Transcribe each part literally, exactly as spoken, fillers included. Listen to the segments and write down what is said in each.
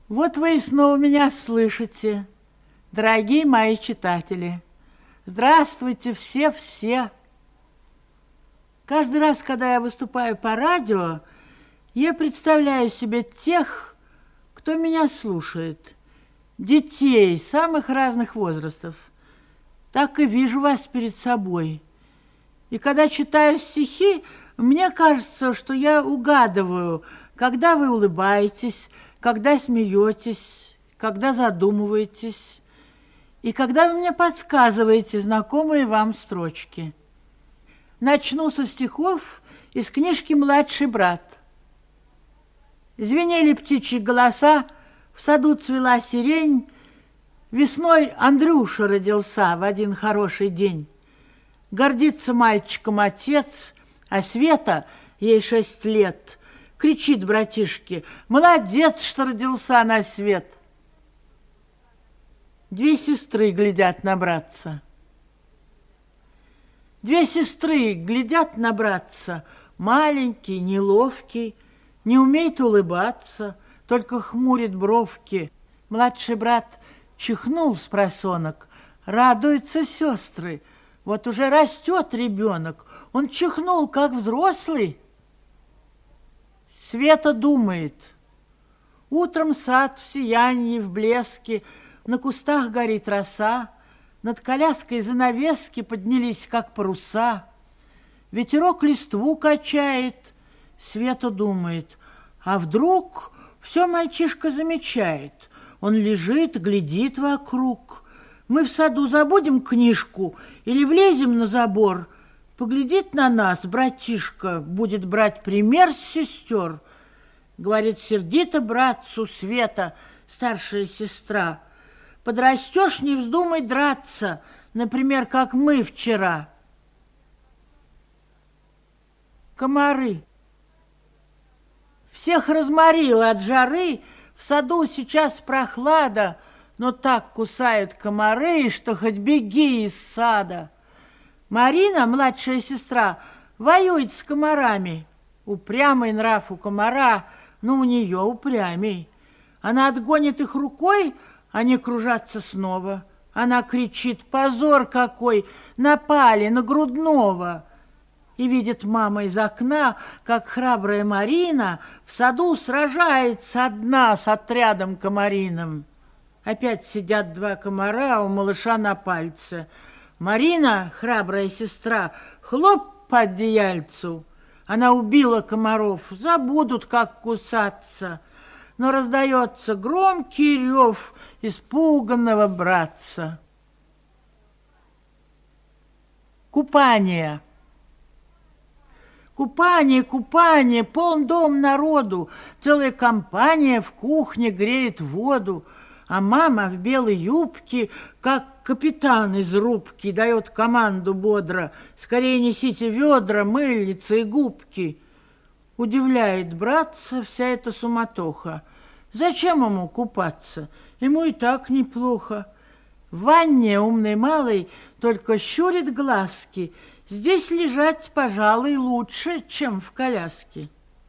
Вот вы и снова меня слышите, дорогие мои читатели. Здравствуйте все-все. Каждый раз, когда я выступаю по радио, я представляю себе тех, кто меня слушает, детей самых разных возрастов. Так и вижу вас перед собой. И когда читаю стихи, мне кажется, что я угадываю, когда вы улыбаетесь, когда смеетесь, когда задумываетесь, и когда вы мне подсказываете знакомые вам строчки. Начну со стихов из книжки «Младший брат». Звенели птичьи голоса, в саду цвела сирень, весной Андрюша родился в один хороший день. Гордится мальчиком отец, а Света, ей шесть лет, кричит братишке: «Молодец, что родился на свет!» Две сестры глядят на братца. Две сестры глядят на братца, маленький, неловкий, не умеет улыбаться, только хмурит бровки. Младший брат чихнул с просонок, радуются сестры. Вот уже растет ребенок, он чихнул, как взрослый. Света думает. Утром сад в сиянии, в блеске, на кустах горит роса, над коляской занавески поднялись, как паруса. Ветерок листву качает. Света думает, а вдруг все мальчишка замечает. Он лежит, глядит вокруг. Мы в саду забудем книжку или влезем на забор. Поглядит на нас братишка, будет брать пример с сестер. Говорит сердито братцу Света, старшая сестра: подрастешь, не вздумай драться, например, как мы вчера. Комары. Всех разморило от жары, в саду сейчас прохлада, но так кусают комары, что хоть беги из сада. Марина, младшая сестра, воюет с комарами. Упрямый нрав у комара, но у нее упрямей. Она отгонит их рукой, они кружатся снова. Она кричит: позор какой, напали на грудного. И видит мама из окна, как храбрая Марина в саду сражается одна с отрядом комариным. Опять сидят два комара у малыша на пальце. Марина, храбрая сестра, хлоп по одеяльцу. Она убила комаров, забудут, как кусаться. Но раздается громкий рев испуганного братца. Купание. Купание, купание, полн дом народу, целая компания в кухне греет воду, а мама в белой юбке, как капитан из рубки, дает команду бодро: скорее несите ведра, мыльницы и губки. Удивляет братца вся эта суматоха. Зачем ему купаться? Ему и так неплохо. В ванне умный малый только щурит глазки. Здесь лежать, пожалуй, лучше, чем в коляске.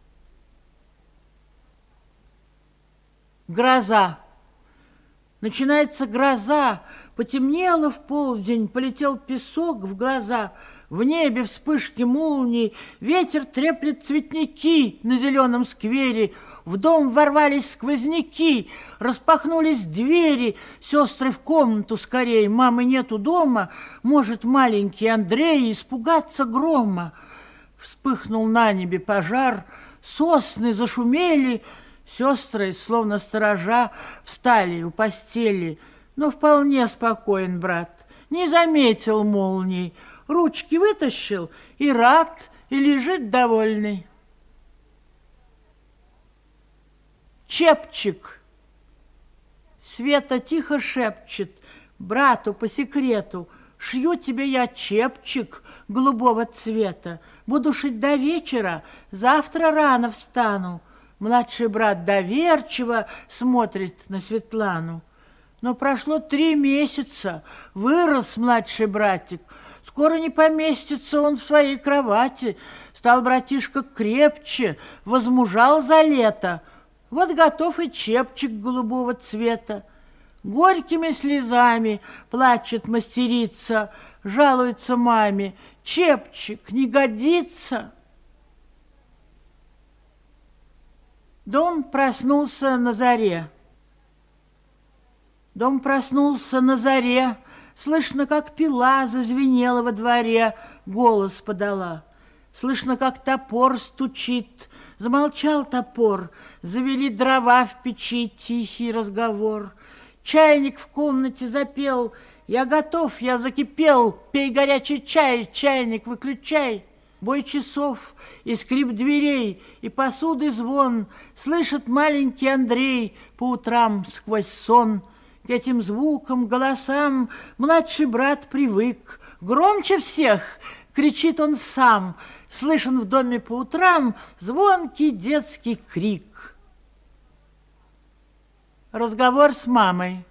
Гроза. Начинается гроза. Потемнело в полдень, полетел песок в глаза. В небе вспышки молний, ветер треплет цветники на зеленом сквере. В дом ворвались сквозняки, распахнулись двери. Сестры в комнату скорей, мамы нету дома. Может маленький Андрей испугаться грома. Вспыхнул на небе пожар, сосны зашумели. Сестры, словно сторожа, встали у постели. Но вполне спокоен брат, не заметил молний. Ручки вытащил и рад, и лежит довольный. Чепчик. Света тихо шепчет брату по секрету: шью тебе я чепчик голубого цвета. Буду шить до вечера, завтра рано встану. Младший брат доверчиво смотрит на Светлану. Но прошло три месяца, вырос младший братик. Скоро не поместится он в своей кровати. Стал братишка крепче, возмужал за лето. Вот готов и чепчик голубого цвета. Горькими слезами плачет мастерица, жалуется маме: чепчик не годится. Дом проснулся на заре. Дом проснулся на заре, слышно, как пила зазвенела во дворе, голос подала. Слышно, как топор стучит, замолчал топор, завели дрова в печи, тихий разговор. Чайник в комнате запел: я готов, я закипел, пей горячий чай, чайник выключай. Бой часов и скрип дверей, и посуды звон слышит маленький Андрей по утрам сквозь сон. К этим звукам, голосам младший брат привык. Громче всех кричит он сам, слышен в доме по утрам звонкий детский крик. Разговор с мамой.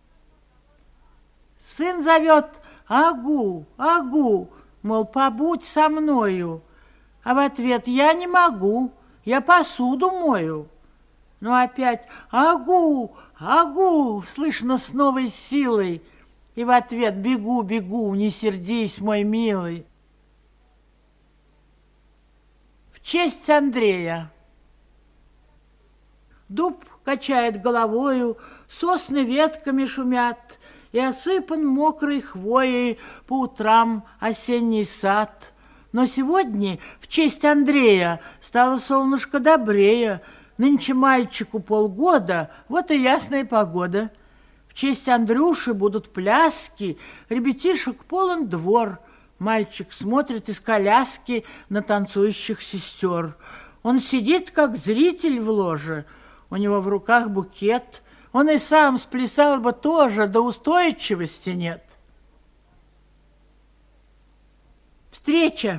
Сын зовет: агу, агу, мол, побудь со мною. А в ответ: я не могу, я посуду мою. Но опять: агу, агу, слышно с новой силой. И в ответ: бегу, бегу, не сердись, мой милый. В честь Андрея. Дуб качает головою, сосны ветками шумят, и осыпан мокрой хвоей по утрам осенний сад. Но сегодня в честь Андрея стало солнышко добрее. Нынче мальчику полгода, вот и ясная погода. В честь Андрюши будут пляски, ребятишек полон двор. Мальчик смотрит из коляски на танцующих сестер. Он сидит, как зритель в ложе, у него в руках букет. Он и сам сплясал бы тоже, да устойчивости нет. Встреча.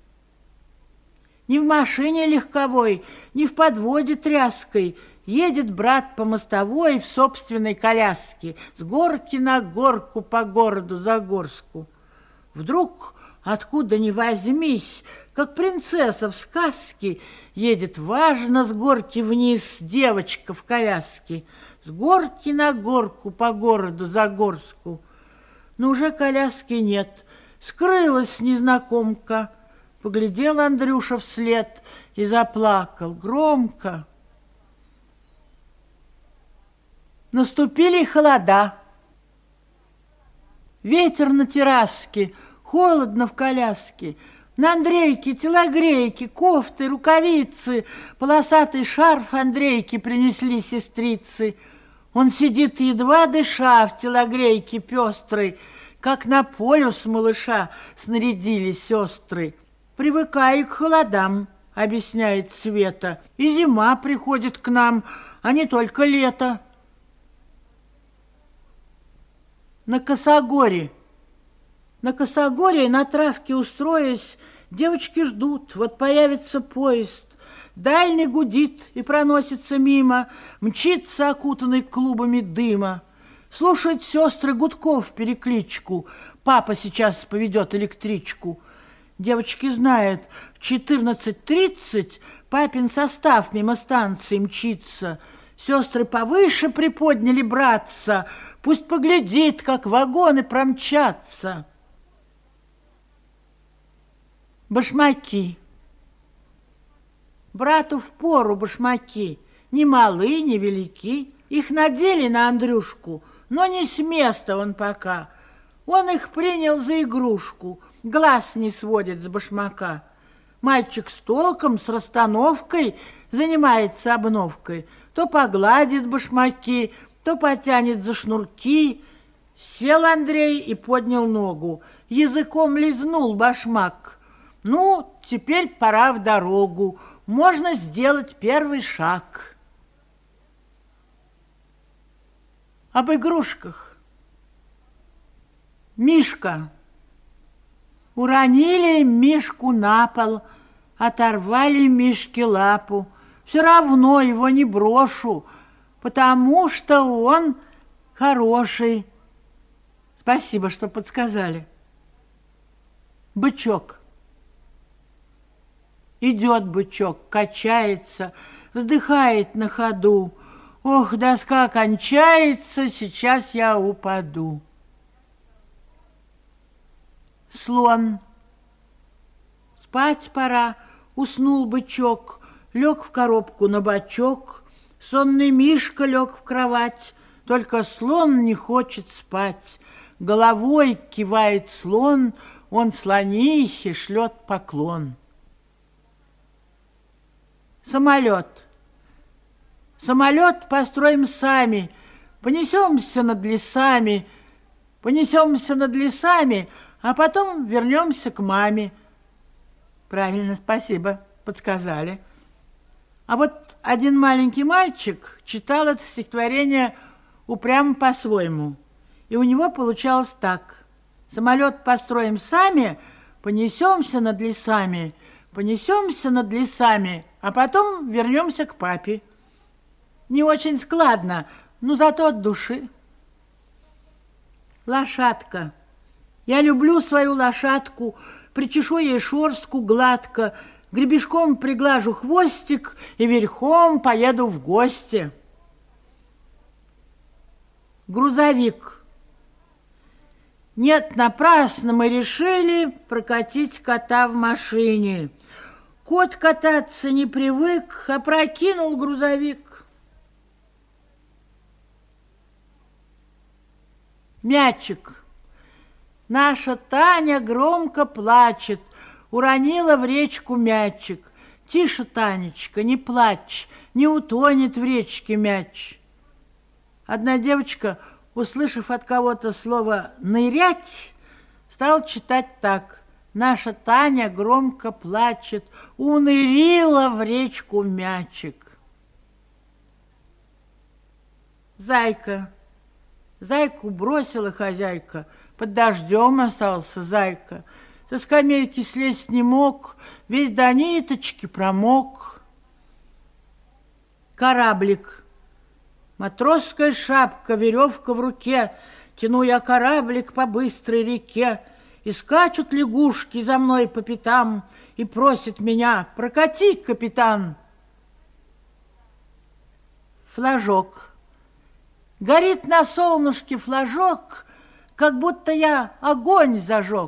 Ни в машине легковой, ни в подводе тряской едет брат по мостовой в собственной коляске с горки на горку по городу Загорску. Вдруг, откуда ни возьмись, как принцесса в сказке, едет важно с горки вниз девочка в коляске, с горки на горку по городу Загорску. Но уже коляски нет, скрылась незнакомка. Поглядел Андрюша вслед и заплакал громко. Наступили холода. Ветер на терраске, холодно в коляске. На Андрейке телогрейки, кофты, рукавицы, полосатый шарф Андрейке принесли сестрицы. Он сидит, едва дыша, в телогрейке пестрой, как на полюс малыша снарядили сестры. «Привыкай к холодам», — объясняет Света, «и зима приходит к нам, а не только лето». На косогоре. На косогоре, на травке устроясь, девочки ждут, вот появится поезд. Дальний гудит и проносится мимо, мчится, окутанный клубами дыма. Слушают сестры гудков перекличку, папа сейчас поведет электричку. Девочки знают, в четырнадцать тридцать папин состав мимо станции мчится. Сестры повыше приподняли братца, пусть поглядит, как вагоны промчатся. Башмаки. Брату впору башмаки, ни малы, ни велики. Их надели на Андрюшку, но не с места он пока. Он их принял за игрушку, глаз не сводит с башмака. Мальчик с толком, с расстановкой занимается обновкой. То погладит башмаки, то потянет за шнурки. Сел Андрей и поднял ногу, языком лизнул башмак. Ну, теперь пора в дорогу, можно сделать первый шаг. Об игрушках. Мишка. Уронили Мишку на пол, оторвали Мишке лапу. Все равно его не брошу, потому что он хороший. Спасибо, что подсказали. Бычок. Идет бычок, качается, вздыхает на ходу. Ох, доска кончается, сейчас я упаду. Слон. Спать пора, уснул бычок, лег в коробку на бочок. Сонный мишка лег в кровать, только слон не хочет спать. Головой кивает слон, он слонихе шлет поклон. Самолет. Самолет построим сами, понесемся над лесами, понесемся над лесами, а потом вернемся к маме. Правильно, спасибо, подсказали. А вот один маленький мальчик читал это стихотворение упрямо по-своему, и у него получалось так. Самолет построим сами, понесемся над лесами, понесемся над лесами, а потом вернемся к папе. Не очень складно, но зато от души. Лошадка. Я люблю свою лошадку, причешу ей шерстку гладко, гребешком приглажу хвостик и верхом поеду в гости. Грузовик. Нет, напрасно мы решили прокатить кота в машине. Кот кататься не привык, опрокинул грузовик. Мячик. Наша Таня громко плачет, уронила в речку мячик. Тише, Танечка, не плачь, не утонет в речке мяч. Одна девочка, услышав от кого-то слово «нырять», стала читать так. Наша Таня громко плачет, унырила в речку мячик. Зайка. Зайку бросила хозяйка, под дождем остался зайка. Со скамейки слезть не мог, весь до ниточки промок. Кораблик. Матросская шапка, веревка в руке, тяну я кораблик по быстрой реке, и скачут лягушки за мной по пятам и просят меня: прокати, капитан. Флажок. Горит на солнышке флажок, как будто я огонь зажег.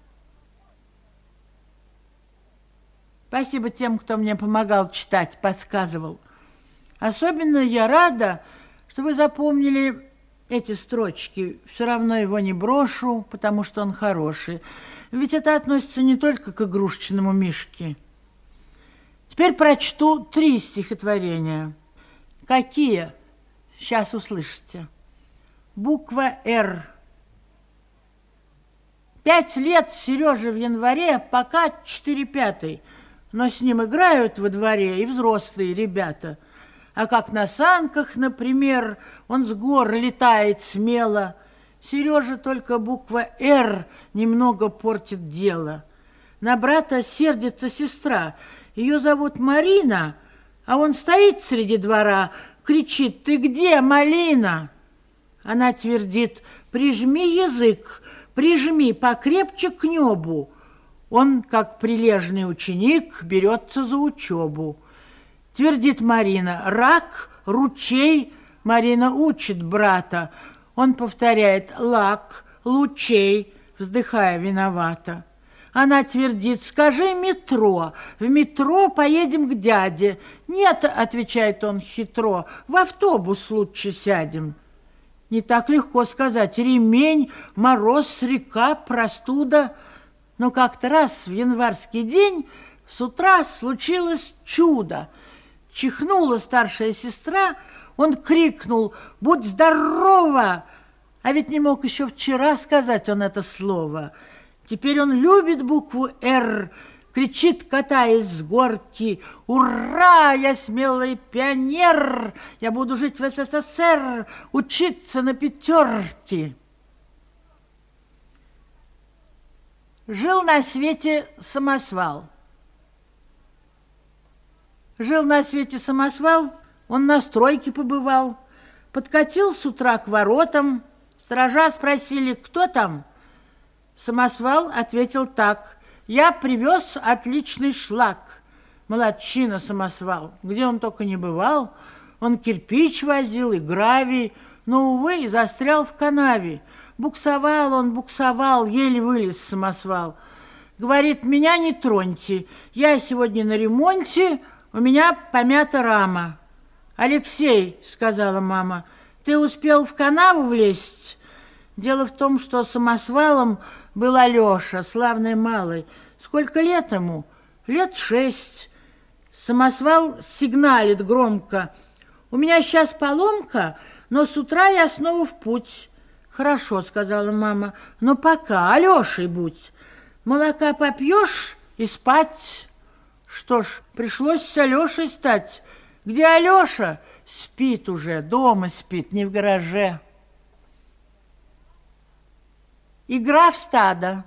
Спасибо тем, кто мне помогал читать, подсказывал. Особенно я рада, что вы запомнили эти строчки. Все равно его не брошу, потому что он хороший. Ведь это относится не только к игрушечному мишке. Теперь прочту три стихотворения. Какие? Сейчас услышите. Буква «Р». Пять лет Сереже в январе, пока четыре пятый, но с ним играют во дворе и взрослые ребята. А как на санках, например, он с гор летает смело. Сережа только буква «Р» немного портит дело. На брата сердится сестра, ее зовут Марина, а он стоит среди двора, кричит: «Ты где, малина?» Она твердит: «Прижми язык, прижми покрепче к небу». Он, как прилежный ученик, берется за учебу. Твердит Марина: «Рак, ручей». Марина учит брата. Он повторяет: «Лак, лучей», вздыхая виновато. Она твердит: «Скажи метро, в метро поедем к дяде». «Нет», — отвечает он хитро, — «в автобус лучше сядем». Не так легко сказать: ремень, мороз, река, простуда. Но как-то раз в январский день с утра случилось чудо. Чихнула старшая сестра, он крикнул: «Будь здорова!» А ведь не мог еще вчера сказать он это слово. Теперь он любит букву «Р», кричит, катаясь с горки: «Ура! Я смелый пионер! Я буду жить в СССР, учиться на пятерке!» Жил на свете самосвал. Жил на свете самосвал, он на стройке побывал. Подкатил с утра к воротам, сторожа спросили: «Кто там?» Самосвал ответил так: «Я привез отличный шлак». Молодчина самосвал, где он только не бывал. Он кирпич возил и гравий, но, увы, застрял в канаве. Буксовал он, буксовал, еле вылез самосвал. Говорит, меня не троньте, я сегодня на ремонте, у меня помята рама. «Алексей, — сказала мама, — ты успел в канаву влезть?» Дело в том, что самосвалом был Алеша, славный малый. Сколько лет ему? Лет шесть. Самосвал сигналит громко. «У меня сейчас поломка, но с утра я снова в путь». «Хорошо, — сказала мама, — но пока Алешей будь. Молока попьешь и спать». Что ж, пришлось с Алешей стать. Где Алеша? Спит уже, дома спит, не в гараже. Игра в стадо.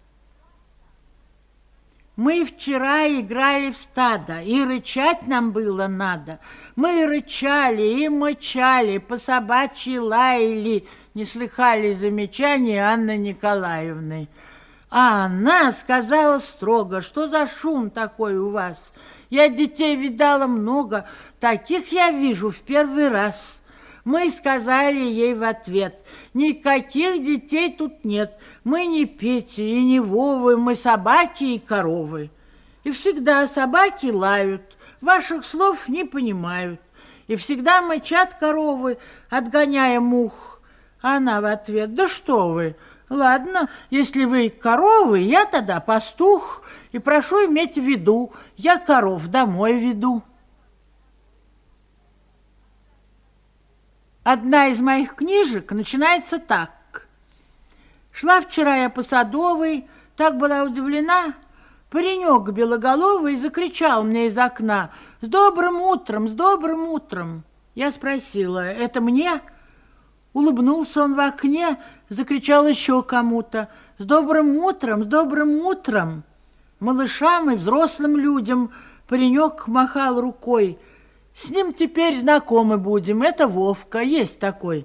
Мы вчера играли в стадо, и рычать нам было надо. Мы рычали и мычали, по собачьи лаяли, не слыхали замечаний Анны Николаевны. А она сказала строго: что за шум такой у вас? Я детей видала много, таких я вижу в первый раз. Мы сказали ей в ответ: никаких детей тут нет, мы не Пети и не Вовы, мы собаки и коровы. И всегда собаки лают, ваших слов не понимают, и всегда мычат коровы, отгоняя мух. А она в ответ: да что вы, ладно, если вы коровы, я тогда пастух, и прошу иметь в виду, я коров домой веду. Одна из моих книжек начинается так. Шла вчера я по Садовой, так была удивлена. Паренек белоголовый закричал мне из окна: «С добрым утром, с добрым утром!» Я спросила: «Это мне?» Улыбнулся он в окне, закричал еще кому-то: «С добрым утром, с добрым утром!» Малышам и взрослым людям паренек махал рукой. С ним теперь знакомы будем, это Вовка, есть такой.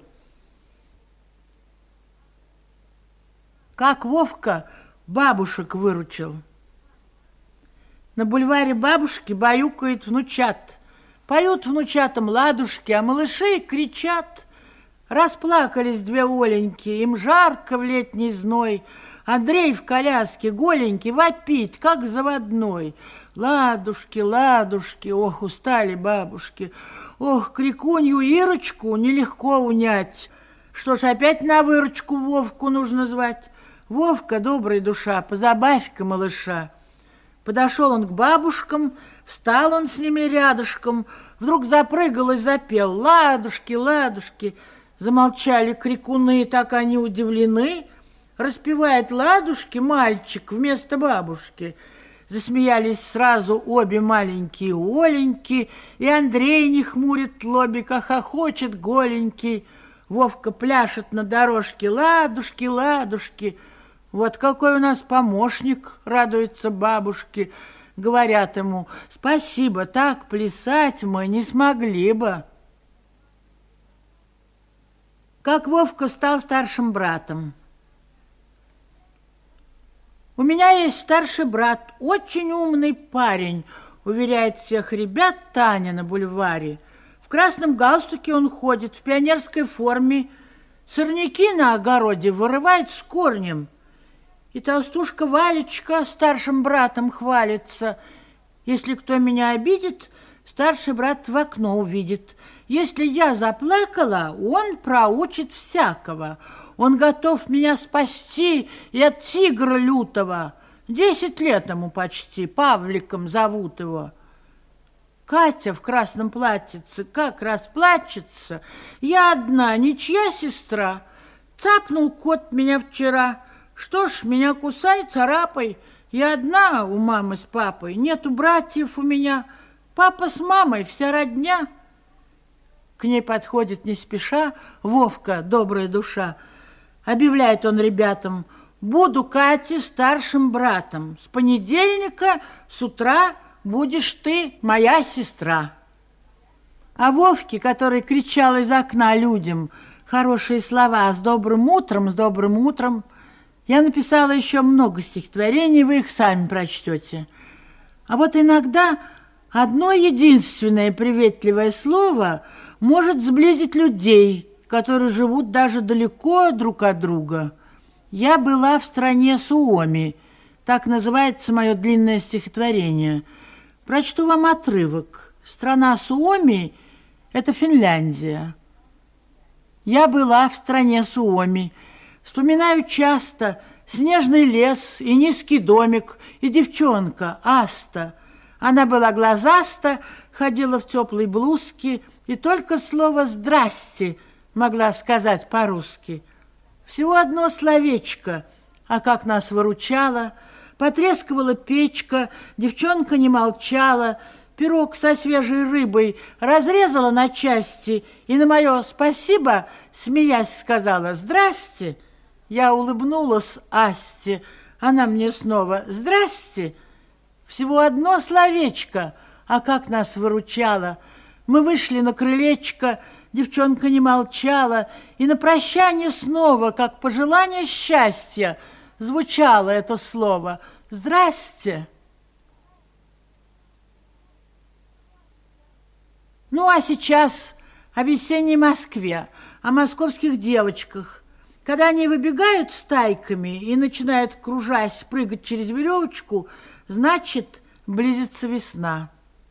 Как Вовка бабушек выручил. На бульваре бабушки баюкают внучат. Поют внучатам ладушки, а малыши кричат. Расплакались две Оленьки, им жарко в летний зной. Андрей в коляске голенький вопит, как заводной. Ладушки, ладушки, ох, устали бабушки. Ох, крикунью Ирочку нелегко унять. Что ж, опять на выручку Вовку нужно звать. Вовка, добрая душа, позабавь-ка малыша. Подошел он к бабушкам, встал он с ними рядышком, вдруг запрыгал и запел: ладушки, ладушки. Замолчали крикуны, так они удивлены. Распевает ладушки мальчик вместо бабушки. Засмеялись сразу обе маленькие Оленьки, и Андрей не хмурит лобик, а хохочет голенький. Вовка пляшет на дорожке: ладушки, ладушки. Вот какой у нас помощник, радуются бабушки. Говорят ему: спасибо, так плясать мы не смогли бы. Как Вовка стал старшим братом. У меня есть старший брат, очень умный парень, уверяет всех ребят Таня на бульваре. В красном галстуке он ходит, в пионерской форме, сорняки на огороде вырывает с корнем. И толстушка Валечка старшим братом хвалится. Если кто меня обидит, старший брат в окно увидит. Если я заплакала, он проучит всякого. Он готов меня спасти и от тигра лютого. Десять лет ему почти, Павликом зовут его. Катя в красном платьице как расплачется. Я одна, ничья сестра. Цапнул кот меня вчера. Что ж, меня кусай, царапай. Я одна у мамы с папой, нету братьев у меня. Папа с мамой, вся родня. К ней подходит не спеша Вовка, добрая душа. Объявляет он ребятам: буду Кате старшим братом. С понедельника с утра будешь ты моя сестра. А Вовке, который кричал из окна людям хорошие слова: с добрым утром, с добрым утром, я написала еще много стихотворений, вы их сами прочтете. А вот иногда Одно единственное приветливое слово может сблизить людей, которые живут даже далеко друг от друга. Я была в стране Суоми, так называется мое длинное стихотворение. Прочту вам отрывок. Страна Суоми – это Финляндия. Я была в стране Суоми. Вспоминаю часто снежный лес и низкий домик, и девчонка Аста. Она была глазаста, ходила в теплой блузке и только слово «здрасте» могла сказать по-русски. Всего одно словечко, а как нас выручала. Потрескивала печка, девчонка не молчала, пирог со свежей рыбой разрезала на части и на мое «спасибо», смеясь, сказала «здрасте». Я улыбнулась Асте, она мне снова «здрасте». Всего одно словечко, а как нас выручала. Мы вышли на крылечко, девчонка не молчала, и на прощание снова, как пожелание счастья, звучало это слово «Здрасте». Ну, а сейчас о весенней Москве, о московских девочках. Когда они выбегают стайками и начинают, кружась, прыгать через веревочку, значит, близится весна.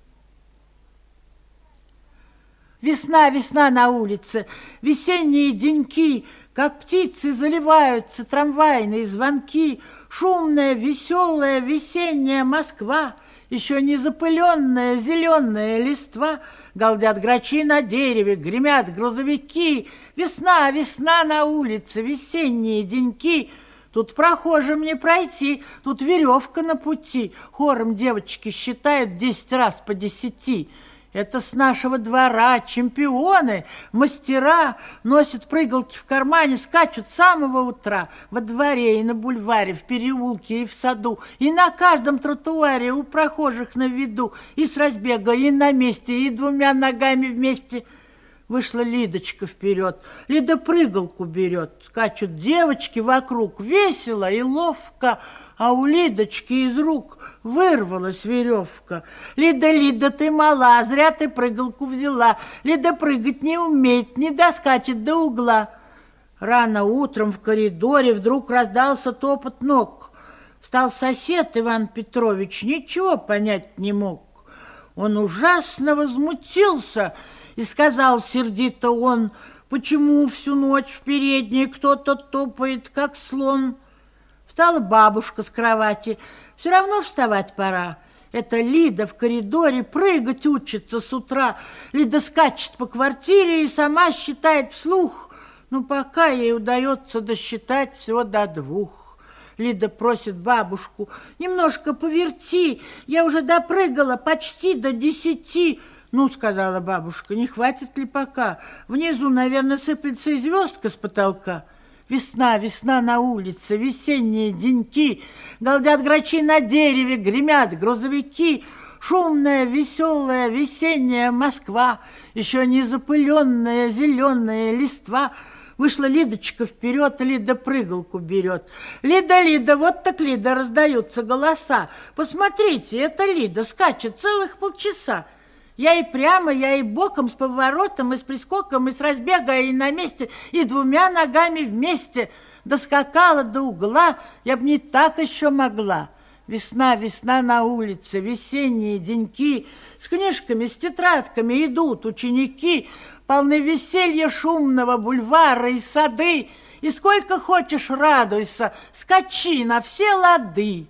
Весна, весна на улице, весенние деньки, как птицы заливаются трамвайные звонки, шумная, веселая весенняя Москва, еще не запыленная зеленая листва, галдят грачи на дереве, гремят грузовики. Весна, весна на улице, весенние деньки. Тут прохожим не пройти, тут веревка на пути. Хором девочки считают десять раз по десяти. Это с нашего двора чемпионы, мастера, носят прыгалки в кармане, скачут с самого утра во дворе и на бульваре, в переулке и в саду, и на каждом тротуаре у прохожих на виду, и с разбега, и на месте, и двумя ногами вместе. Вышла Лидочка вперед, Лида прыгалку берет, скачут девочки вокруг, весело и ловко, а у Лидочки из рук вырвалась веревка. Лида, Лида, ты мала, зря ты прыгалку взяла. Лида прыгать не умеет, не доскачет до угла. Рано утром в коридоре вдруг раздался топот ног. Встал сосед Иван Петрович, ничего понять не мог. Он ужасно возмутился и сказал сердито он: почему всю ночь в передней кто-то топает, как слон? Встала бабушка с кровати. Все равно вставать пора. Это Лида в коридоре прыгать учится с утра. Лида скачет по квартире и сама считает вслух. Но пока ей удается досчитать всего до двух. Лида просит бабушку: немножко поверти, я уже допрыгала почти до десяти. Ну, сказала бабушка, не хватит ли пока? Внизу, наверное, сыплется и звездка с потолка. Весна, весна на улице, весенние деньки, галдят грачи на дереве, гремят грузовики. Шумная, веселая весенняя Москва, еще не запыленная зеленая листва. Вышла Лидочка вперед, Лида прыгалку берет. Лида, Лида, вот так Лида, раздаются голоса. Посмотрите, это Лида скачет целых полчаса. Я и прямо, я и боком, с поворотом, и с прискоком, и с разбега, и на месте, и двумя ногами вместе. Доскакала до угла, я б не так еще могла. Весна, весна на улице, весенние деньки, с книжками, с тетрадками идут ученики, полны веселья шумного бульвара и сады, и сколько хочешь радуйся, скачи на все лады.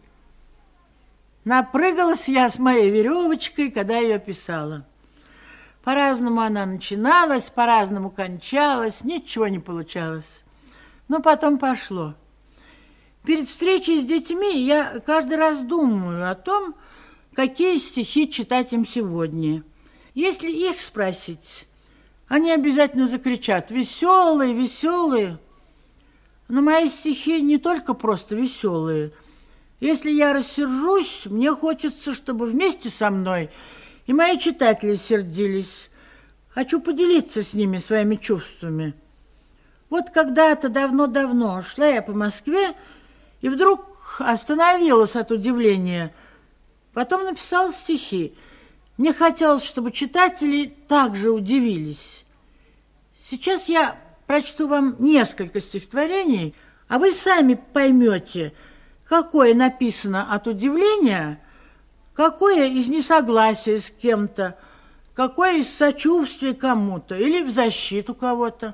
Напрыгалась я с моей веревочкой, когда ее писала. По-разному она начиналась, по-разному кончалась, ничего не получалось. Но потом пошло. Перед встречей с детьми я каждый раз думаю о том, какие стихи читать им сегодня. Если их спросить, они обязательно закричат: «Веселые, веселые!» Но мои стихи не только просто веселые. Если я рассержусь, мне хочется, чтобы вместе со мной и мои читатели сердились. Хочу поделиться с ними своими чувствами. Вот когда-то давно-давно шла я по Москве и вдруг остановилась от удивления. Потом написала стихи. Мне хотелось, чтобы читатели также удивились. Сейчас я прочту вам несколько стихотворений, а вы сами поймете, какое написано от удивления, какое из несогласия с кем-то, какое из сочувствия кому-то или в защиту кого-то.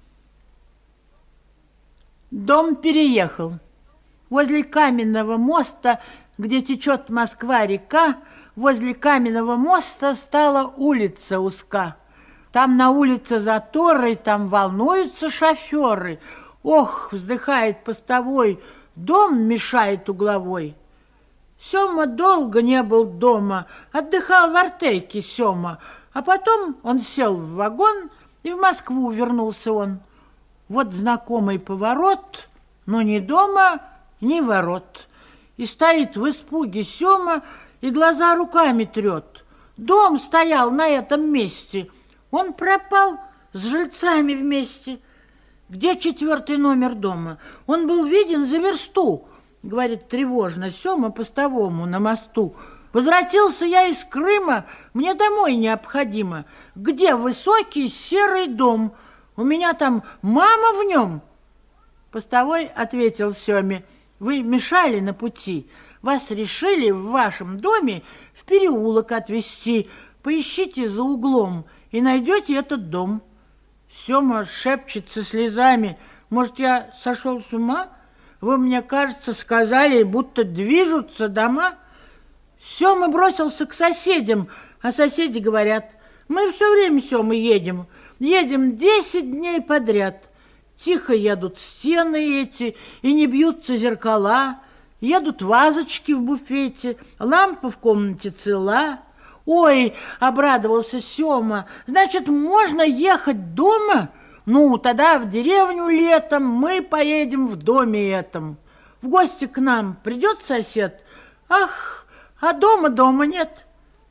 Дом переехал. Возле каменного моста, где течет Москва-река, возле каменного моста стала улица узка. Там на улице заторы, там волнуются шоферы. Ох, вздыхает постовой, дом мешает угловой. Сёма долго не был дома, отдыхал в Артеке Сёма, а потом он сел в вагон, и в Москву вернулся он. Вот знакомый поворот, но ни дома, ни ворот. И стоит в испуге Сёма, и глаза руками трет. Дом стоял на этом месте, он пропал с жильцами вместе. Где четвертый номер дома? Он был виден за версту, говорит тревожно Сёма постовому на мосту. Возвратился я из Крыма, мне домой необходимо. Где высокий серый дом? У меня там мама в нем. Постовой ответил Сёме: вы мешали на пути. Вас решили в вашем доме в переулок отвезти. Поищите за углом и найдете этот дом. Сёма шепчет со слезами: может, я сошел с ума? Вы, мне кажется, сказали, будто движутся дома. Сёма бросился к соседям, а соседи говорят: мы все время, Сёма, едем. Едем десять дней подряд. Тихо едут стены эти, и не бьются зеркала. Едут вазочки в буфете, лампа в комнате цела. Ой, обрадовался Сёма, значит, можно ехать дома? Ну, тогда в деревню летом мы поедем в доме этом. В гости к нам придет сосед. Ах, а дома дома нет.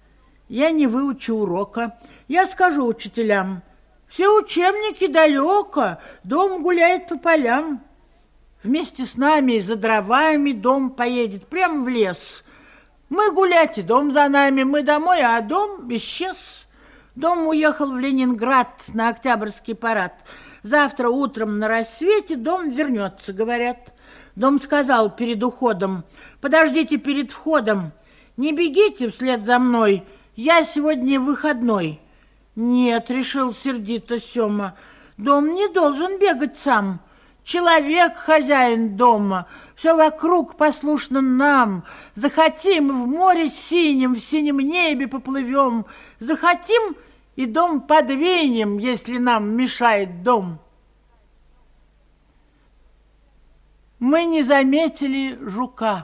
Я не выучу урока. Я скажу учителям: все учебники далеко, дом гуляет по полям. Вместе с нами за дровами дом поедет прямо в лес. Мы гулять, и дом за нами, мы домой, а дом исчез. Дом уехал в Ленинград на Октябрьский парад. Завтра утром на рассвете дом вернется, говорят. Дом сказал перед уходом: подождите перед входом, не бегите вслед за мной, я сегодня выходной. Нет, решил сердито Сёма, дом не должен бегать сам. Человек хозяин дома, все вокруг послушно нам. Захотим, в море синем, в синем небе поплывем. Захотим, и дом подвинем, если нам мешает дом. Мы не заметили жука.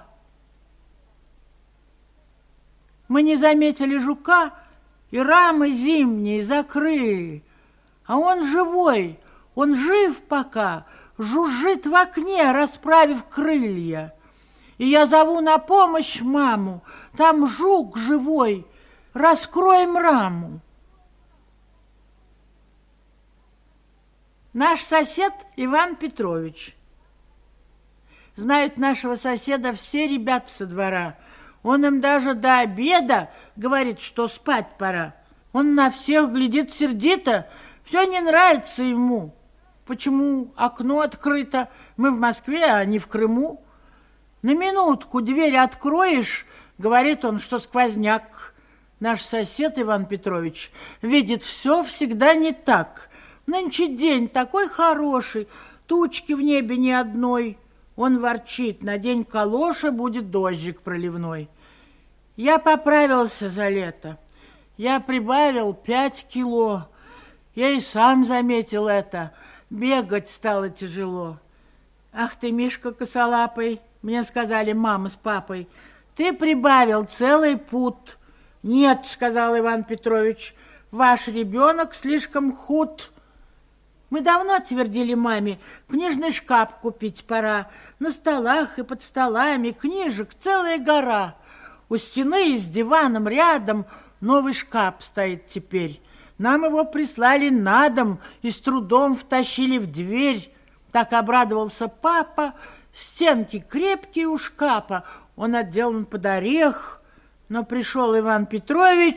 Мы не заметили жука, и рамы зимние закрыли. А он живой, он жив пока, жужжит в окне, расправив крылья. И я зову на помощь маму, там жук живой, раскроем раму. Наш сосед Иван Петрович. Знают нашего соседа все ребята со двора. Он им даже до обеда говорит, что спать пора. Он на всех глядит сердито, все не нравится ему. Почему окно открыто? Мы в Москве, а не в Крыму. На минутку дверь откроешь, говорит он, что сквозняк. Наш сосед Иван Петрович видит все всегда не так. Нынче день такой хороший, тучки в небе ни одной. Он ворчит: на день калоши будет дождик проливной. Я поправился за лето. Я прибавил пять кило. Я и сам заметил это. Бегать стало тяжело. Ах ты, Мишка косолапый, мне сказали мама с папой, ты прибавил целый пуд. Нет, сказал Иван Петрович, ваш ребенок слишком худ. Мы давно твердили маме, книжный шкаф купить пора. На столах и под столами книжек целая гора. У стены с диваном рядом новый шкаф стоит теперь. Нам его прислали на дом и с трудом втащили в дверь. Так обрадовался папа. Стенки крепкие у шкафа, он отделан под орех. Но пришел Иван Петрович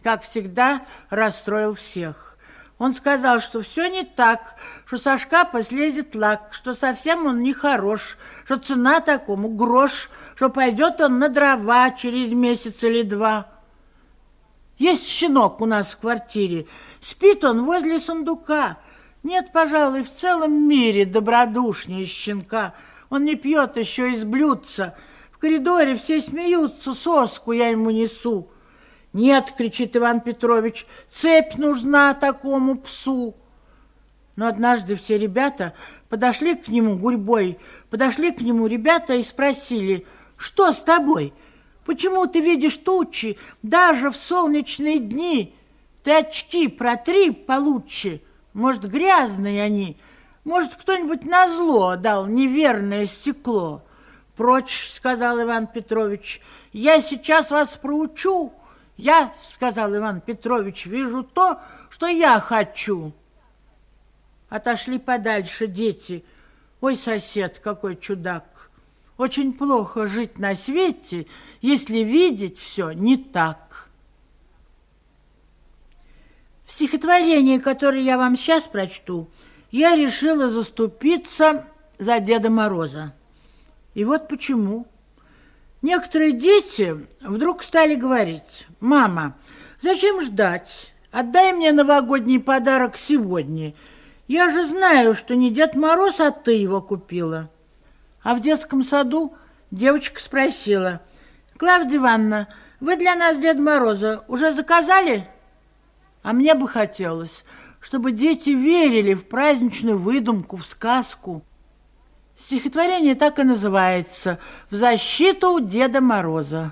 как всегда, расстроил всех. Он сказал, что все не так, что со шкафа слезет лак, что совсем он не хорош, что цена такому грош, что пойдет он на дрова через месяц или два. Есть щенок у нас в квартире, спит он возле сундука. Нет, пожалуй, в целом мире добродушнее щенка. Он не пьет еще из блюдца. В коридоре все смеются, соску я ему несу. «Нет, — кричит Иван Петрович, — цепь нужна такому псу». Но однажды все ребята подошли к нему гурьбой, подошли к нему ребята и спросили: «Что с тобой? Почему ты видишь тучи даже в солнечные дни? Ты очки протри получше, может, грязные они, может, кто-нибудь назло дал неверное стекло». «Прочь, — сказал Иван Петрович, — я сейчас вас проучу. Я, — сказал Иван Петрович, — вижу то, что я хочу». Отошли подальше дети. «Ой, сосед, какой чудак! Очень плохо жить на свете, если видеть все не так». В стихотворении, которое я вам сейчас прочту, я решила заступиться за Деда Мороза. И вот почему. Некоторые дети вдруг стали говорить: «Мама, зачем ждать? Отдай мне новогодний подарок сегодня. Я же знаю, что не Дед Мороз, а ты его купила». А в детском саду девочка спросила: «Клавдия Ивановна, вы для нас Деда Мороза уже заказали?» А мне бы хотелось, чтобы дети верили в праздничную выдумку, в сказку. Стихотворение так и называется «В защиту Деда Мороза».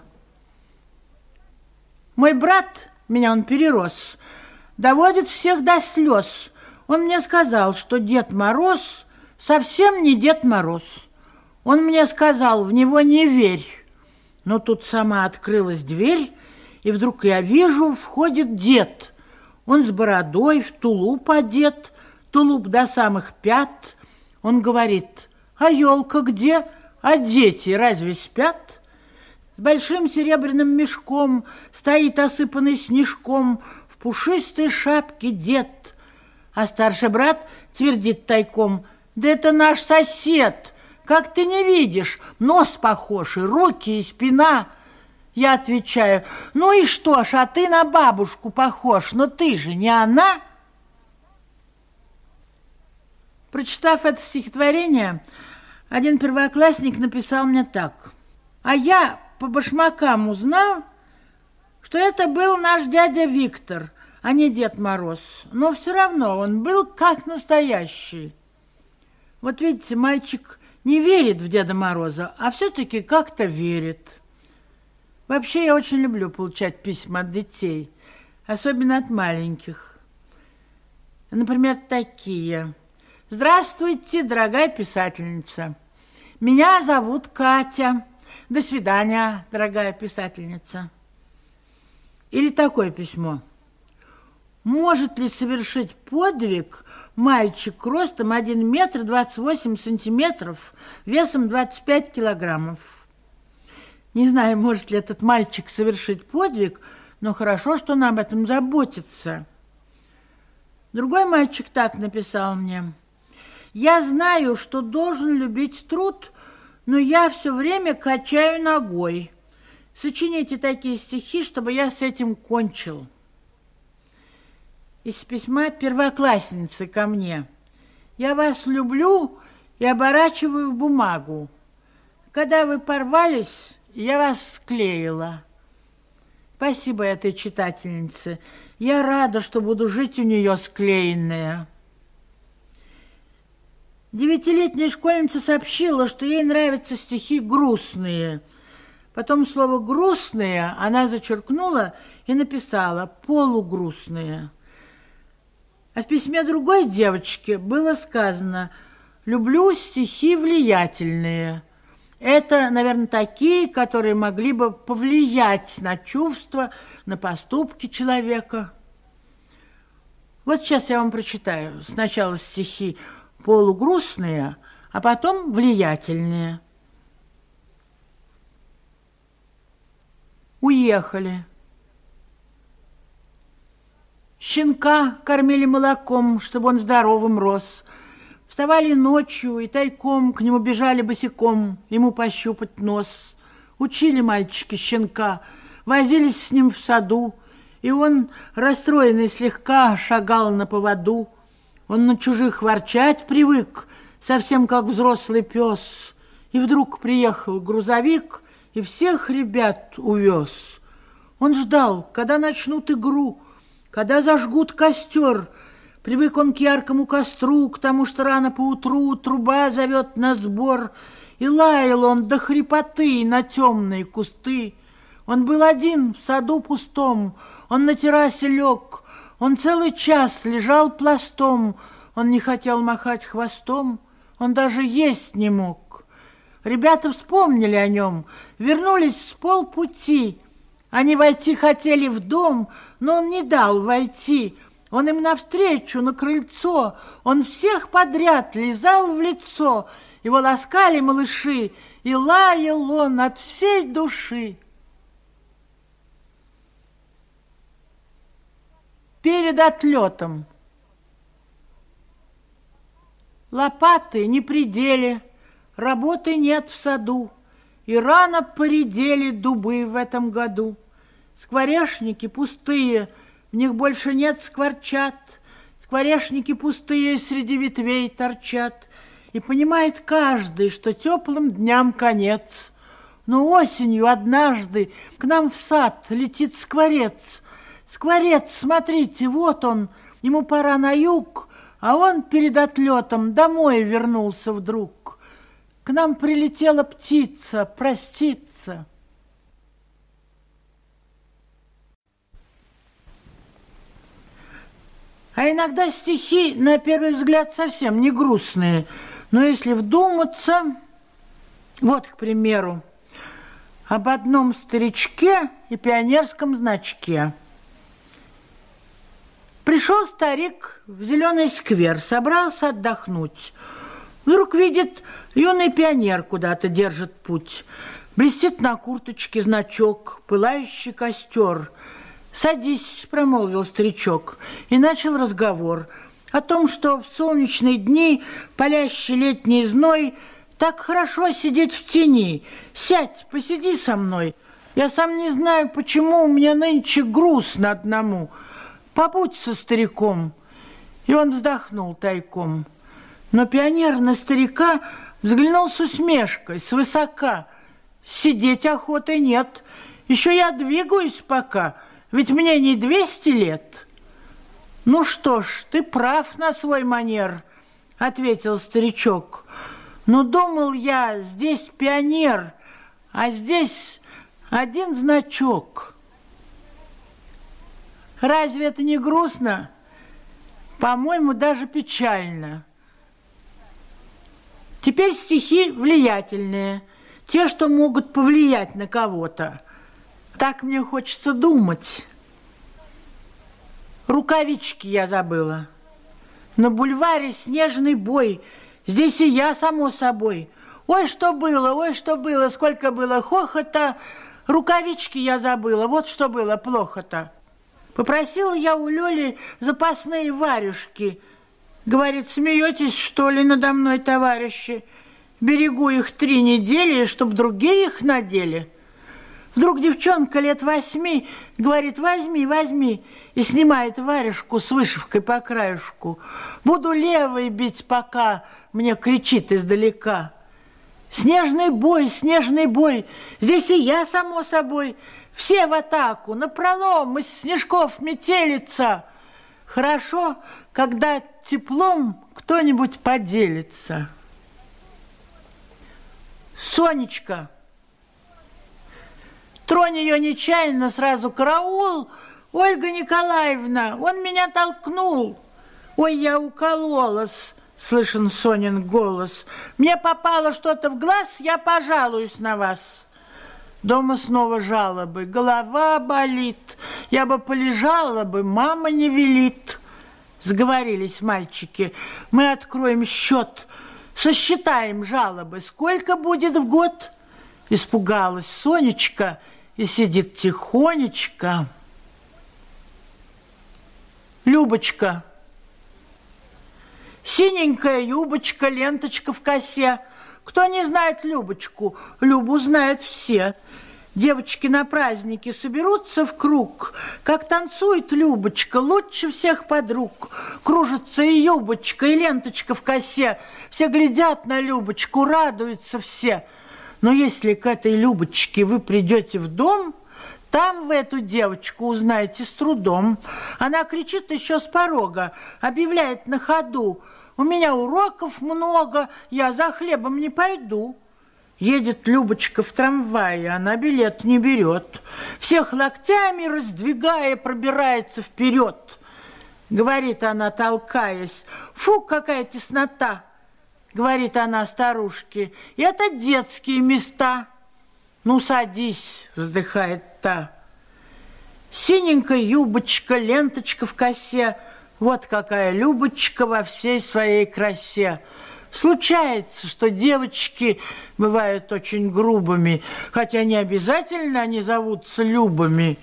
Мой брат, меня он перерос, доводит всех до слез. Он мне сказал, что Дед Мороз совсем не Дед Мороз. Он мне сказал: в него не верь. Но тут сама открылась дверь, и вдруг я вижу, входит дед. Он с бородой, в тулуп одет, тулуп до самых пят. Он говорит: «А елка где? А дети разве спят?» С большим серебряным мешком стоит осыпанный снежком в пушистой шапке дед. А старший брат твердит тайком: «Да это наш сосед! Как ты не видишь? Нос похож, и руки, и спина». Я отвечаю: «Ну и что ж, а ты на бабушку похож, но ты же не она». Прочитав это стихотворение, один первоклассник написал мне так: «А я по башмакам узнал, что это был наш дядя Виктор, а не Дед Мороз, но все равно он был как настоящий». Вот видите, мальчик не верит в Деда Мороза, а все-таки как-то верит. Вообще, я очень люблю получать письма от детей, особенно от маленьких. Например, такие: «Здравствуйте, дорогая писательница. Меня зовут Катя. До свидания, дорогая писательница». Или такое письмо: «Может ли совершить подвиг мальчик ростом один метр двадцать восемь сантиметров, весом двадцать пять килограммов?» Не знаю, может ли этот мальчик совершить подвиг, но хорошо, что он об этом заботится. Другой мальчик так написал мне: «Я знаю, что должен любить труд, но я все время качаю ногой. Сочините такие стихи, чтобы я с этим кончил». Из письма первоклассницы ко мне: «Я вас люблю и оборачиваю в бумагу. Когда вы порвались, я вас склеила». Спасибо этой читательнице. Я рада, что буду жить у нее склеенная. Девятилетняя школьница сообщила, что ей нравятся стихи грустные. Потом слово «грустные» она зачеркнула и написала «полугрустные». А в письме другой девочки было сказано: «Люблю стихи влиятельные». Это, наверное, такие, которые могли бы повлиять на чувства, на поступки человека. Вот сейчас я вам прочитаю сначала стихи полугрустные, а потом влиятельные. Уехали. Щенка кормили молоком, чтобы он здоровым рос. Вставали ночью и тайком к нему бежали босиком, ему пощупать нос. Учили мальчики щенка, возились с ним в саду, и он, расстроенный слегка, шагал на поводу. Он на чужих ворчать привык, совсем как взрослый пес. И вдруг приехал грузовик и всех ребят увез. Он ждал, когда начнут игру, когда зажгут костер. Привык он к яркому костру, к тому, что рано поутру труба зовет на сбор. И лаял он до хрипоты на темные кусты. Он был один в саду пустом, он на террасе лег. Он целый час лежал пластом, он не хотел махать хвостом, он даже есть не мог. Ребята вспомнили о нем, вернулись с полпути. Они войти хотели в дом, но он не дал войти. Он им навстречу, на крыльцо, он всех подряд лизал в лицо. Его ласкали малыши, и лаял он от всей души. Перед отлетом. Лопаты не при деле, работы нет в саду, и рано поредели дубы в этом году. Скворечники пустые, в них больше нет скворчат, скворечники пустые среди ветвей торчат, и понимает каждый, что теплым дням конец. Но осенью однажды к нам в сад летит скворец. Скворец, смотрите, вот он, ему пора на юг, а он перед отлетом домой вернулся вдруг. К нам прилетела птица проститься. А иногда стихи, на первый взгляд, совсем не грустные. Но если вдуматься, вот, к примеру, об одном старичке и пионерском значке. Пришел старик в зеленый сквер, собрался отдохнуть. Вдруг видит, юный пионер куда-то держит путь. Блестит на курточке значок, пылающий костер. «Садись», — промолвил старичок, и начал разговор о том, что в солнечные дни, палящий летний зной, так хорошо сидеть в тени. Сядь, посиди со мной. Я сам не знаю, почему мне нынче грустно одному. Побудь со стариком. И он вздохнул тайком. Но пионер на старика взглянул с усмешкой, свысока. Сидеть охоты нет. Еще я двигаюсь пока, ведь мне не двести лет. Ну что ж, ты прав на свой манер, ответил старичок. Но думал я, здесь пионер, а здесь один значок. Разве это не грустно? По-моему, даже печально. Теперь стихи влиятельные, те, что могут повлиять на кого-то. Так мне хочется думать. Рукавички я забыла. На бульваре снежный бой. Здесь и я, само собой. Ой, что было, ой, что было, сколько было хохота. Рукавички я забыла, вот что было плохо-то. Попросила я у Лёли запасные варежки. Говорит, смеетесь, что ли, надо мной, товарищи? Берегу их три недели, чтоб другие их надели. Вдруг девчонка лет восьми говорит, возьми, возьми, и снимает варежку с вышивкой по краешку. Буду левой бить, пока, мне кричит издалека. Снежный бой, снежный бой, здесь и я, само собой. Все в атаку, напролом, из снежков метелица. Хорошо, когда теплом кто-нибудь поделится. Сонечка. Тронь ее нечаянно, сразу караул. Ольга Николаевна, он меня толкнул. Ой, я укололась, слышен Сонин голос. Мне попало что-то в глаз, я пожалуюсь на вас. Дома снова жалобы. Голова болит. Я бы полежала бы, мама не велит. Сговорились мальчики. Мы откроем счет, сосчитаем жалобы. Сколько будет в год? Испугалась Сонечка и сидит тихонечко. Любочка. Синенькая юбочка, ленточка в косе. Кто не знает Любочку? Любу знают все. Девочки на празднике соберутся в круг. Как танцует Любочка, лучше всех подруг. Кружится и юбочка, и ленточка в косе. Все глядят на Любочку, радуются все. Но если к этой Любочке вы придете в дом, там вы эту девочку узнаете с трудом. Она кричит еще с порога, объявляет на ходу: у меня уроков много, я за хлебом не пойду. Едет Любочка в трамвае, она билет не берет. Всех локтями раздвигая, пробирается вперед. Говорит она, толкаясь: фу, какая теснота. Говорит она старушке: это детские места. Ну, садись, вздыхает та. Синенькая юбочка, ленточка в косе. Вот какая Любочка во всей своей красе. Случается, что девочки бывают очень грубыми, хотя не обязательно они зовутся Любами.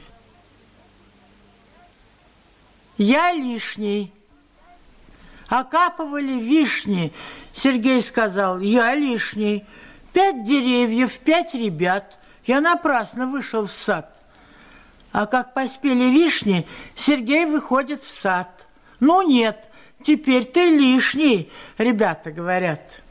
Я лишний. Окапывали вишни. Сергей сказал: я лишний. Пять деревьев, пять ребят. Я напрасно вышел в сад. А как поспели вишни, Сергей выходит в сад. Ну нет, теперь ты лишний, ребята говорят.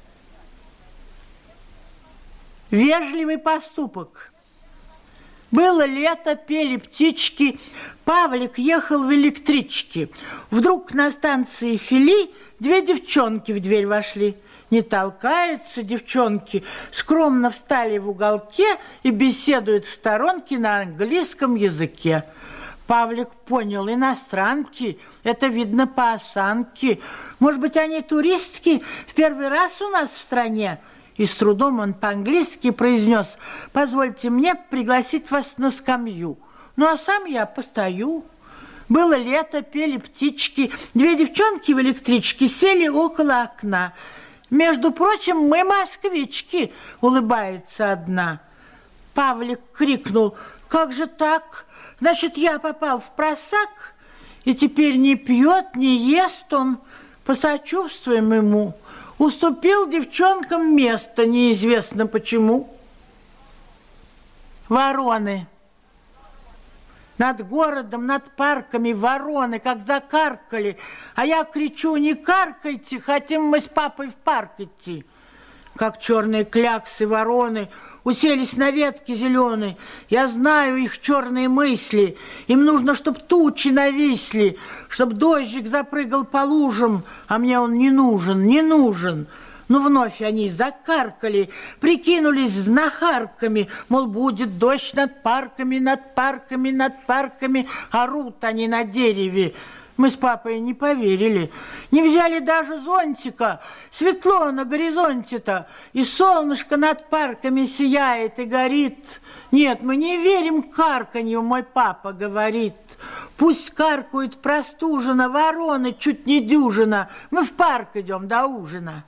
Вежливый поступок. Было лето, пели птички. Павлик ехал в электричке. Вдруг на станции Фили две девчонки в дверь вошли. Не толкаются девчонки, скромно встали в уголке и беседуют в сторонке на английском языке. Павлик понял: иностранки, это видно по осанке. Может быть, они туристки, в первый раз у нас в стране? И с трудом он по-английски произнес: позвольте мне пригласить вас на скамью. Ну, а сам я постою. Было лето, пели птички. Две девчонки в электричке сели около окна. Между прочим, мы москвички, улыбается одна. Павлик крикнул: как же так? Значит, я попал в просак, и теперь не пьет, не ест он. Посочувствуем ему. Уступил девчонкам место, неизвестно почему. Вороны. Над городом, над парками вороны как закаркали, а я кричу: не каркайте, хотим мы с папой в парк идти. Как черные кляксы вороны уселись на ветке зеленой. Я знаю их черные мысли. Им нужно, чтоб тучи нависли, чтоб дождик запрыгал по лужам, а мне он не нужен, не нужен. Но вновь они закаркали, прикинулись знахарками, мол, будет дождь над парками, над парками, над парками, орут они на дереве. Мы с папой не поверили, не взяли даже зонтика. Светло на горизонте-то, и солнышко над парками сияет и горит. Нет, мы не верим карканью, мой папа говорит. Пусть каркают простуженно вороны, чуть не дюжина. Мы в парк идем до ужина.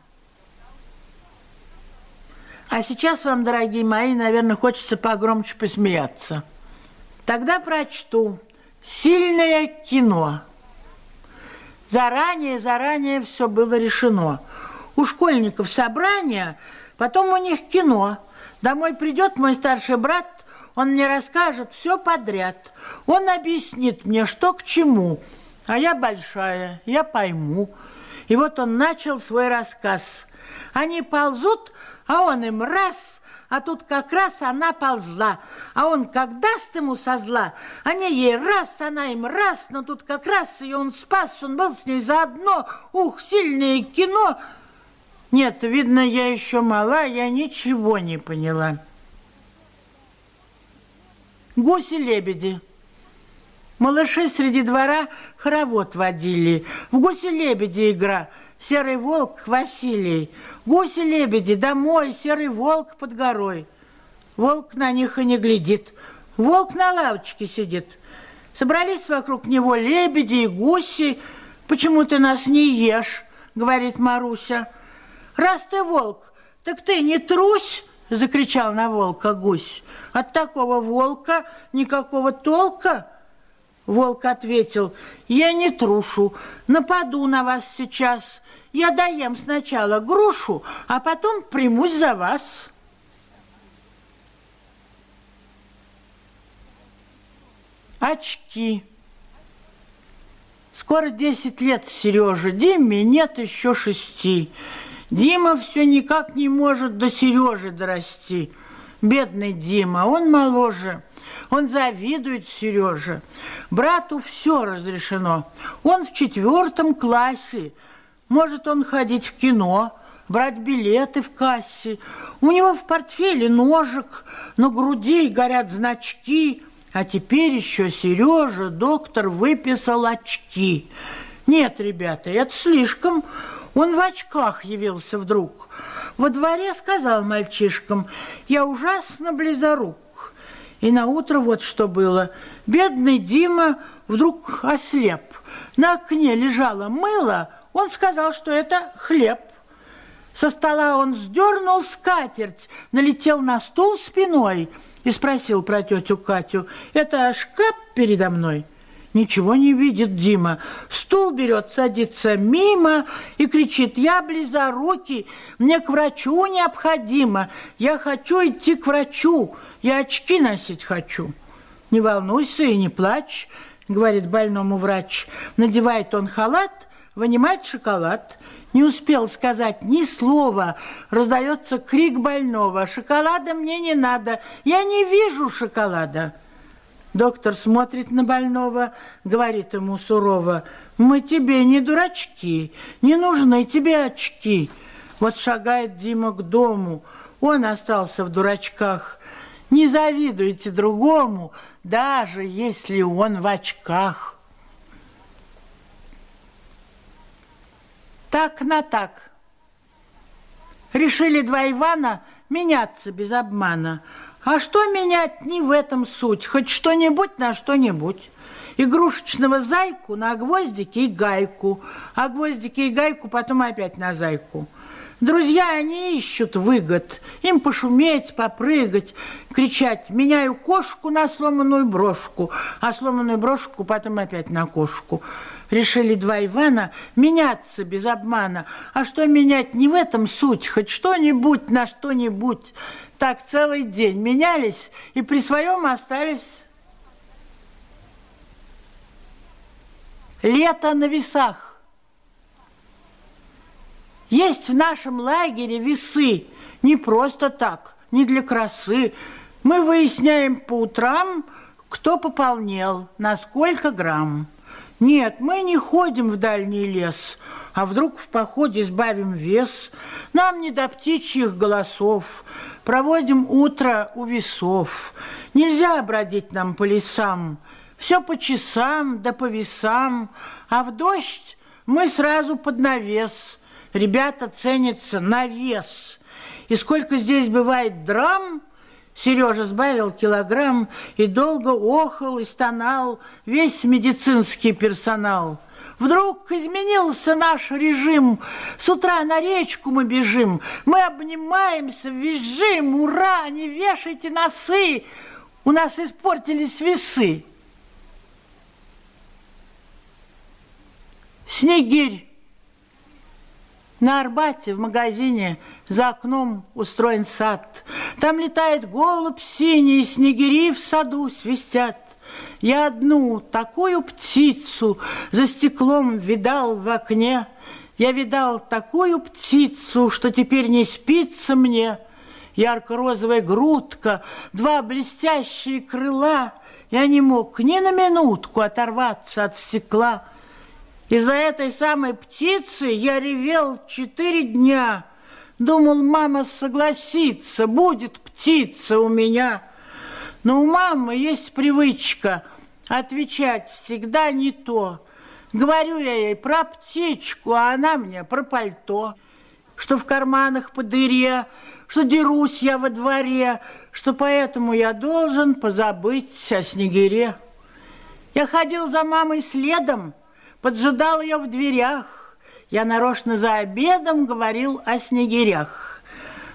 А сейчас вам, дорогие мои, наверное, хочется погромче посмеяться. Тогда прочту. Сильное кино. Заранее, заранее все было решено. У школьников собрание, потом у них кино. Домой придет мой старший брат, он мне расскажет все подряд. Он объяснит мне, что к чему. А я большая, я пойму. И вот он начал свой рассказ. Они ползут, а он им раз, а тут как раз она ползла. А он как даст ему со зла, они ей раз, она им раз, но тут как раз ее он спас, он был с ней заодно. Ух, сильное кино. Нет, видно, я еще мала, я ничего не поняла. Гуси-лебеди. Малыши среди двора хоровод водили. В гуси-лебеди игра. Серый волк Василий. Гуси-лебеди домой, серый волк под горой. Волк на них и не глядит. Волк на лавочке сидит. Собрались вокруг него лебеди и гуси. «Почему ты нас не ешь?» — говорит Маруся. «Раз ты волк, так ты не трусь!» — закричал на волка гусь. «От такого волка никакого толка!» Волк ответил: я не трушу, нападу на вас сейчас. Я доем сначала грушу, а потом примусь за вас. Очки. Скоро десять лет Сереже, Диме нет еще шести. Дима все никак не может до Сережи дорасти. Бедный Дима, он моложе, он завидует Сереже. Брату все разрешено. Он в четвертом классе. Может он ходить в кино, брать билеты в кассе. У него в портфеле ножик, на груди горят значки. А теперь еще Сережа, доктор, выписал очки. Нет, ребята, это слишком. Он в очках явился вдруг. Во дворе сказал мальчишкам: я ужасно близорук. И наутро вот что было. Бедный Дима вдруг ослеп. На окне лежало мыло, он сказал, что это хлеб. Со стола он сдернул скатерть, налетел на стул спиной и спросил про тетю Катю: это шкаф передо мной? Ничего не видит Дима. Стул берет, садится мимо и кричит: я близорукий, мне к врачу необходимо. Я хочу идти к врачу, я очки носить хочу. Не волнуйся и не плачь, говорит больному врач. Надевает он халат, вынимает шоколад. Не успел сказать ни слова, раздается крик больного: шоколада мне не надо, я не вижу шоколада. Доктор смотрит на больного, говорит ему сурово: мы тебе не дурачки, не нужны тебе очки. Вот шагает Дима к дому, он остался в дурачках. Не завидуйте другому, даже если он в очках. Так на так. Решили два Ивана меняться без обмана. А что менять, не в этом суть, хоть что-нибудь на что-нибудь. Игрушечного зайку на гвоздики и гайку, а гвоздики и гайку потом опять на зайку. Друзья, они ищут выгод, им пошуметь, попрыгать, кричать: меняю кошку на сломанную брошку, а сломанную брошку потом опять на кошку. Решили два Ивана меняться без обмана. А что менять, не в этом суть, хоть что-нибудь на что-нибудь. Так целый день менялись и при своем остались. Лето на весах. Есть в нашем лагере весы. Не просто так, не для красы. Мы выясняем по утрам, кто пополнел, на сколько грамм. Нет, мы не ходим в дальний лес, а вдруг в походе сбавим вес. Нам не до птичьих голосов, проводим утро у весов. Нельзя бродить нам по лесам, все по часам да по весам, а в дождь мы сразу под навес. Ребята ценятся на вес. И сколько здесь бывает драм. Сережа сбавил килограмм и долго охал и стонал весь медицинский персонал. Вдруг изменился наш режим. С утра на речку мы бежим, мы обнимаемся, визжим: ура, не вешайте носы, у нас испортились весы. Снегирь. На Арбате в магазине за окном устроен сад. Там летает голубь синий, снегири в саду свистят. Я одну такую птицу за стеклом видал в окне. Я видал такую птицу, что теперь не спится мне. Ярко-розовая грудка, два блестящие крыла. Я не мог ни на минутку оторваться от стекла. Из-за этой самой птицы я ревел четыре дня. Думал, мама согласится, будет птица у меня. Но у мамы есть привычка отвечать всегда не то. Говорю я ей про птичку, а она мне про пальто. Что в карманах по дыре, что дерусь я во дворе, что поэтому я должен позабыть о снегире. Я ходил за мамой следом, поджидал ее в дверях. Я нарочно за обедом говорил о снегирях.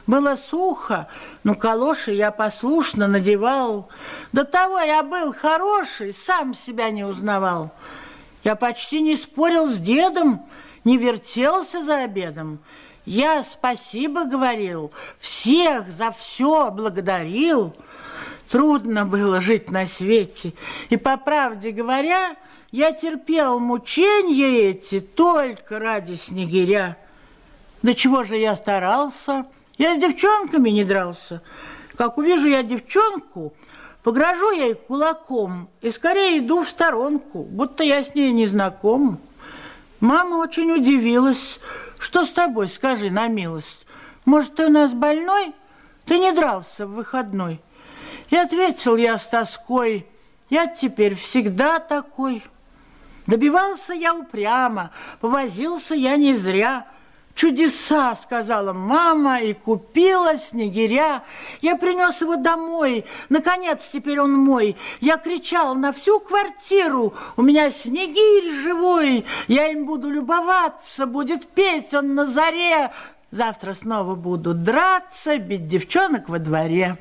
Было сухо, но калоши я послушно надевал. До того я был хороший, сам себя не узнавал. Я почти не спорил с дедом, не вертелся за обедом. Я спасибо говорил, всех за все благодарил. Трудно было жить на свете, и, по правде говоря, я терпел мучения эти только ради снегиря. Да чего же я старался? Я с девчонками не дрался. Как увижу я девчонку, погрожу ей кулаком и скорее иду в сторонку, будто я с ней не знаком. Мама очень удивилась. Что с тобой, скажи на милость? Может, ты у нас больной? Ты не дрался в выходной? И ответил я с тоской: я теперь всегда такой. Добивался я упрямо, повозился я не зря. Чудеса, сказала мама, и купила снегиря. Я принес его домой, наконец теперь он мой. Я кричал на всю квартиру: у меня снегирь живой, я им буду любоваться, будет петь он на заре. Завтра снова буду драться, бить девчонок во дворе.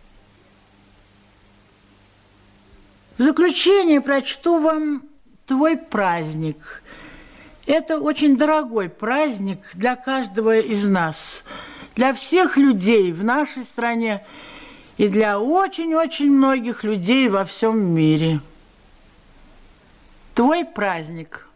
В заключение прочту вам «Твой праздник». Это очень дорогой праздник для каждого из нас, для всех людей в нашей стране и для очень-очень многих людей во всем мире. Твой праздник.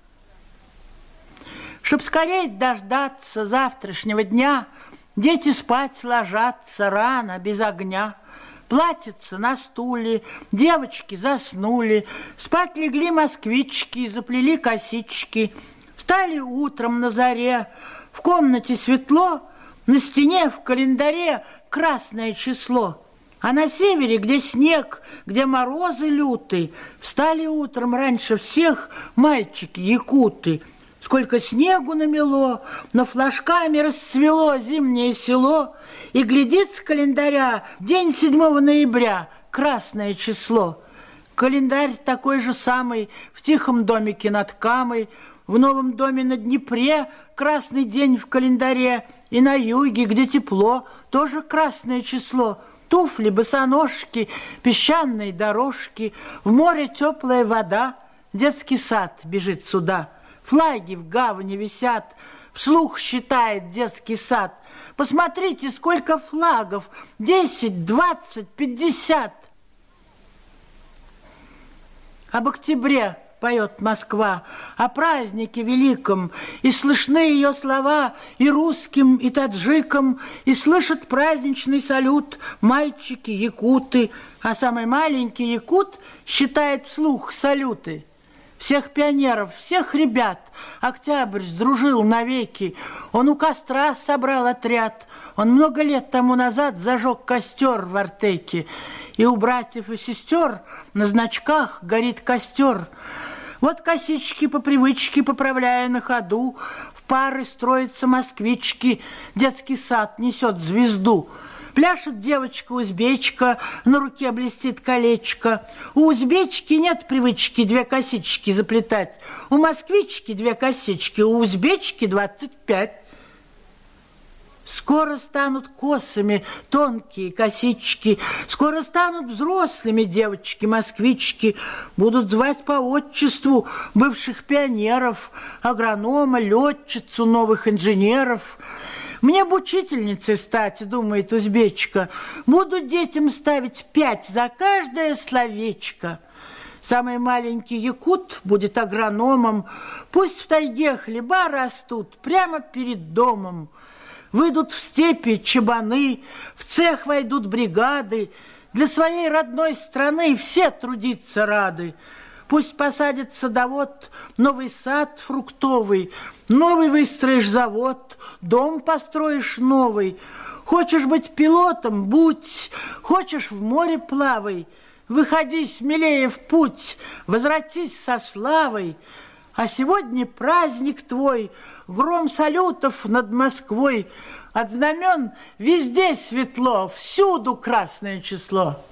Чтоб скорее дождаться завтрашнего дня, дети спать ложатся рано, без огня. Платьица на стуле, девочки заснули, спать легли москвички, заплели косички. Встали утром на заре, в комнате светло, на стене в календаре красное число. А на севере, где снег, где морозы лютые, встали утром раньше всех мальчики-якуты. Сколько снегу намело, но флажками расцвело зимнее село, и глядит с календаря день седьмого ноября, красное число. Календарь такой же самый в тихом домике над Камой, в новом доме на Днепре красный день в календаре, и на юге, где тепло, тоже красное число. Туфли, босоножки, песчаные дорожки, в море теплая вода, детский сад бежит сюда. Флаги в гавани висят, вслух считает детский сад. Посмотрите, сколько флагов, десять, двадцать, пятьдесят. Об октябре поет Москва, о празднике великом, и слышны ее слова и русским, и таджикам, и слышат праздничный салют мальчики, якуты, а самый маленький якут считает вслух салюты. Всех пионеров, всех ребят Октябрь сдружил навеки, он у костра собрал отряд, он много лет тому назад зажег костер в Артеке, и у братьев и сестер на значках горит костер. Вот косички по привычке, поправляя на ходу, в пары строятся москвички, детский сад несет звезду. Пляшет девочка-узбечка, на руке блестит колечко. У узбечки нет привычки две косички заплетать. У москвички две косички, у узбечки двадцать пять. Скоро станут косами тонкие косички, скоро станут взрослыми девочки-москвички, будут звать по отчеству бывших пионеров, агронома, летчицу, новых инженеров. Мне бы учительницей стать, думает узбечка, буду детям ставить пять за каждое словечко. Самый маленький якут будет агрономом, пусть в тайге хлеба растут прямо перед домом. Выйдут в степи чабаны, в цех войдут бригады. Для своей родной страны все трудиться рады. Пусть посадит садовод новый сад фруктовый, новый выстроишь завод, дом построишь новый. Хочешь быть пилотом – будь, хочешь в море плавай. Выходи смелее в путь, возвратись со славой. А сегодня праздник твой, гром салютов над Москвой. От знамен везде светло, всюду красное число.